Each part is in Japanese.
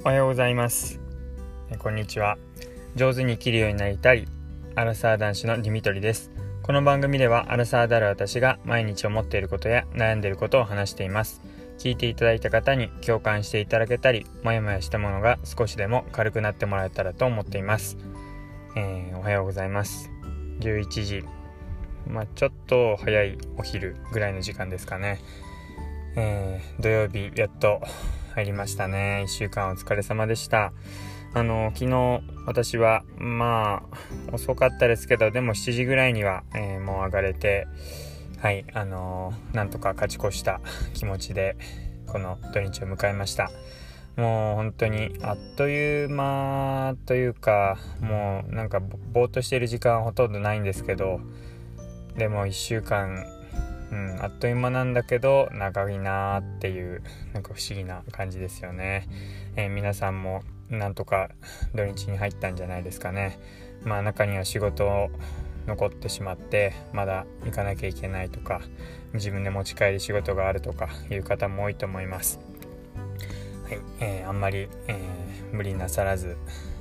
おはようございます。こんにちは。上手に生きるようになりたいアラサー男子のディミトリです。この番組ではアラサーである私が毎日思っていることや悩んでいることを話しています。聞いていただいた方に共感していただけたり、もやもやしたものが少しでも軽くなってもらえたらと思っています。おはようございます。11時、ちょっと早いお昼ぐらいの時間ですかね。土曜日やっと入りましたね。1週間お疲れ様でした。昨日私は遅かったですけど、でも7時ぐらいには、もう上がれて、なんとか勝ち越した気持ちでこの土日を迎えました。もう本当にあっという間というか、もうなんかぼーっとしている時間はほとんどないんですけど、でも1週間あっという間なんだけど長いなっていう、なんか不思議な感じですよね。皆さんもなんとか土日に入ったんじゃないですかね。中には仕事残ってしまってまだ行かなきゃいけないとか、自分で持ち帰り仕事があるとかいう方も多いと思います。あんまり、無理なさらず、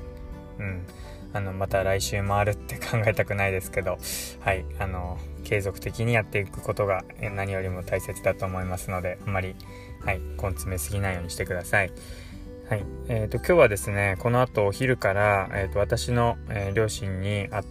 また来週もあるって考えたくないですけど、継続的にやっていくことが何よりも大切だと思いますので、あんまり根詰めすぎないようにしてください。今日はですね、この後お昼から、私の、両親に会って、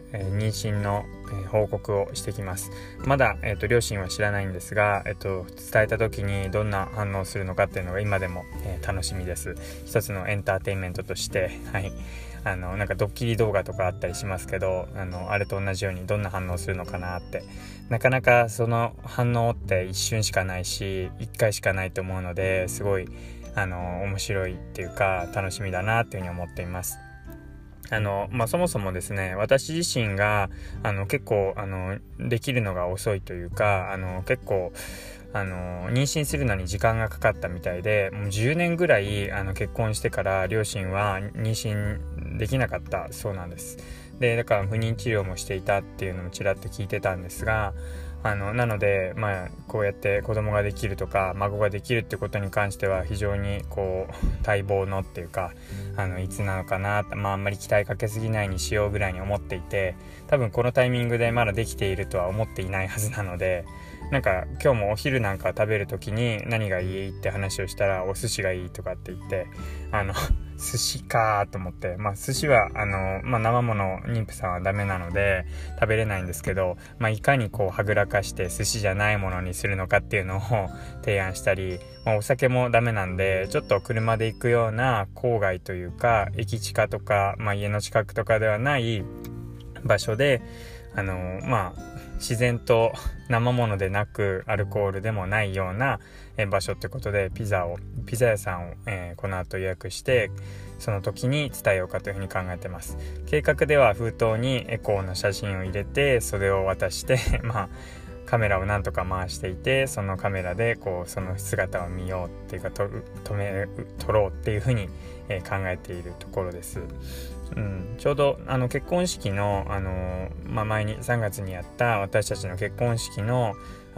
妊娠の、報告をしてきます。まだ、両親は知らないんですが、伝えた時にどんな反応をするのかっていうのが今でも、楽しみです。一つのエンターテインメントとして、なんかドッキリ動画とかあったりしますけど、あれと同じようにどんな反応するのかなって、なかなかその反応って一瞬しかないし一回しかないと思うので、すごい面白いっていうか楽しみだなっていうふうに思っています。そもそもですね、私自身が結構できるのが遅いというか、結構妊娠するのに時間がかかったみたいで、もう10年ぐらい結婚してから両親は妊娠できなかったそうなんです。でだから不妊治療もしていたっていうのもちらっと聞いてたんですが、なのでこうやって子供ができるとか孫ができるってことに関しては非常にこう待望のっていうか、いつなのかなって、あんまり期待かけすぎないにしようぐらいに思っていて、多分このタイミングでまだできているとは思っていないはずなので、なんか今日もお昼なんか食べる時に何がいいって話をしたら、お寿司がいいとかって言って、寿司かと思って、寿司は生もの妊婦さんはダメなので食べれないんですけど、いかにこうはぐらかして寿司じゃないものにするのかっていうのを提案したり、お酒もダメなんで、ちょっと車で行くような郊外というか駅近とか、家の近くとかではない場所で自然と生ものでなくアルコールでもないような場所ってことでピザ屋さんを、この後予約してその時に伝えようかというふうに考えてます。計画では封筒にエコーの写真を入れてそれを渡してカメラをなんとか回していて、そのカメラでこうその姿を見ようっていうか撮ろうっていうふうに、考えているところです。ちょうど結婚式の、前に3月にやった私たちの結婚式の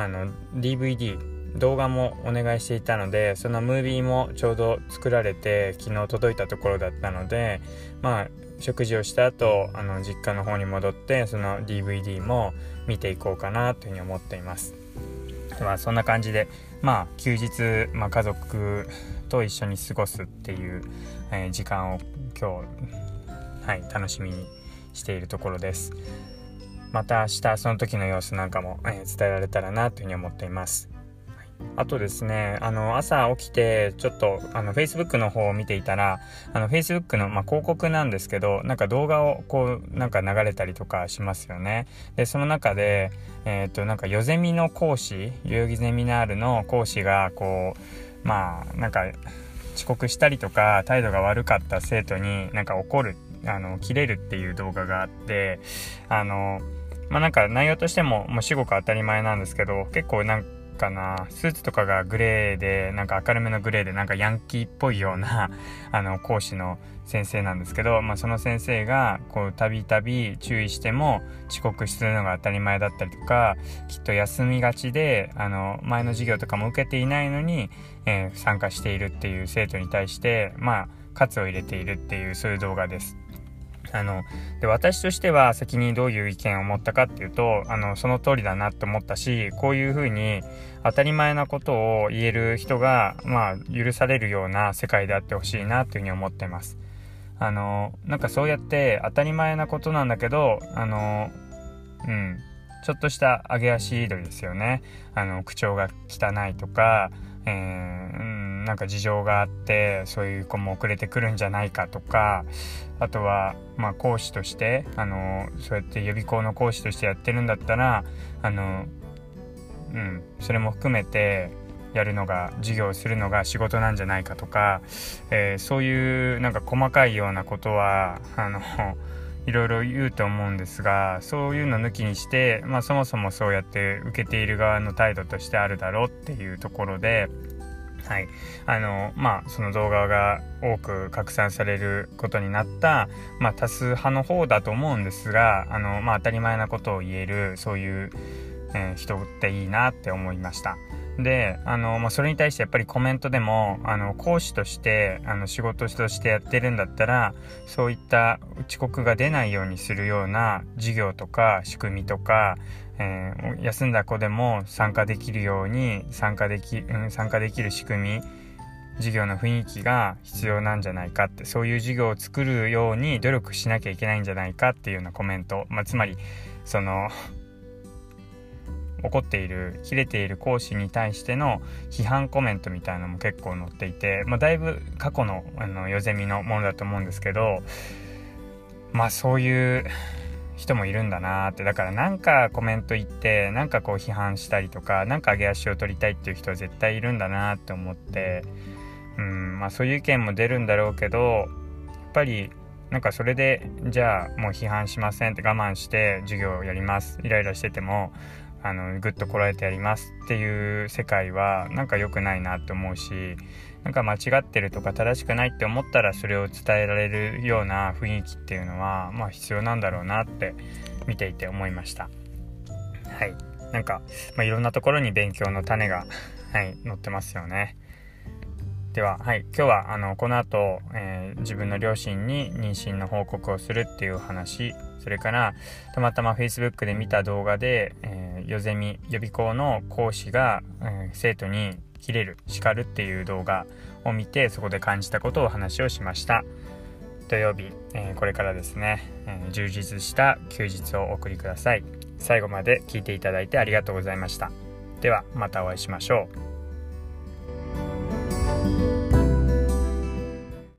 DVD 動画もお願いしていたので、そのムービーもちょうど作られて昨日届いたところだったので、食事をした後実家の方に戻ってその DVD も見ていこうかなというふうに思っています。そんな感じで休日、家族と一緒に過ごすっていう、時間を今日楽しみにしているところです。また明日その時の様子なんかも、伝えられたらなというふうに思っています。あとですね、朝起きてちょっとFacebook の方を見ていたら、Facebook の、広告なんですけど、なんか動画をこうなんか流れたりとかしますよね。でその中でなんか代々木ゼミナールの講師がこうなんか遅刻したりとか態度が悪かった生徒になんか怒る切れるっていう動画があって、なんか内容としてももう至極当たり前なんですけど、結構なんかスーツとかがグレーでなんか明るめのグレーでなんかヤンキーっぽいような講師の先生なんですけど、その先生がこうたびたび注意しても遅刻するのが当たり前だったりとか、きっと休みがちで前の授業とかも受けていないのに、参加しているっていう生徒に対して喝を入れているっていう、そういう動画です。で私としては先にどういう意見を持ったかっていうと、その通りだなと思ったし、こういうふうに当たり前なことを言える人が許されるような世界であってほしいなというふうに思ってます。なんかそうやって当たり前なことなんだけどちょっとした上げ足取りですよね。口調が汚いとか、なんか事情があってそういう子も遅れてくるんじゃないかとか、あとは講師としてそうやって予備校の講師としてやってるんだったらそれも含めて授業をするのが仕事なんじゃないかとか、そういうなんか細かいようなことはいろいろ言うと思うんですが、そういうの抜きにして、そもそもそうやって受けている側の態度としてあるだろうっていうところで、その動画が多く拡散されることになった、多数派の方だと思うんですが、当たり前なことを言えるそういう、人っていいなって思いました。でそれに対してやっぱりコメントでも講師として仕事としてやってるんだったら、そういった遅刻が出ないようにするような授業とか仕組みとか、休んだ子でも参加できるように参加できる仕組み、授業の雰囲気が必要なんじゃないかって、そういう授業を作るように努力しなきゃいけないんじゃないかっていうようなコメント、つまりその怒っている切れている講師に対しての批判コメントみたいなのも結構載っていて、だいぶ過去のヨゼミのものだと思うんですけど、そういう人もいるんだなって。だからなんかコメント言ってなんか批判したりとか、なんか上げ足を取りたいっていう人は絶対いるんだなって思って、そういう意見も出るんだろうけど、やっぱりなんかそれでじゃあもう批判しませんって我慢して授業をやります、イライラしててもぐっとこらえてやりますっていう世界はなんか良くないなって思うし、なんか間違ってるとか正しくないって思ったらそれを伝えられるような雰囲気っていうのは必要なんだろうなって見ていて思いました。なんか、いろんなところに勉強の種が載ってますよね。では、今日はこの後、自分の両親に妊娠の報告をするっていう話、それからたまたま Facebook で見た動画で、予備校の講師が、生徒に叱るっていう動画を見て、そこで感じたことを話をしました。土曜日、これからですね、充実した休日をお送りください。最後まで聞いていただいてありがとうございました。ではまたお会いしましょう。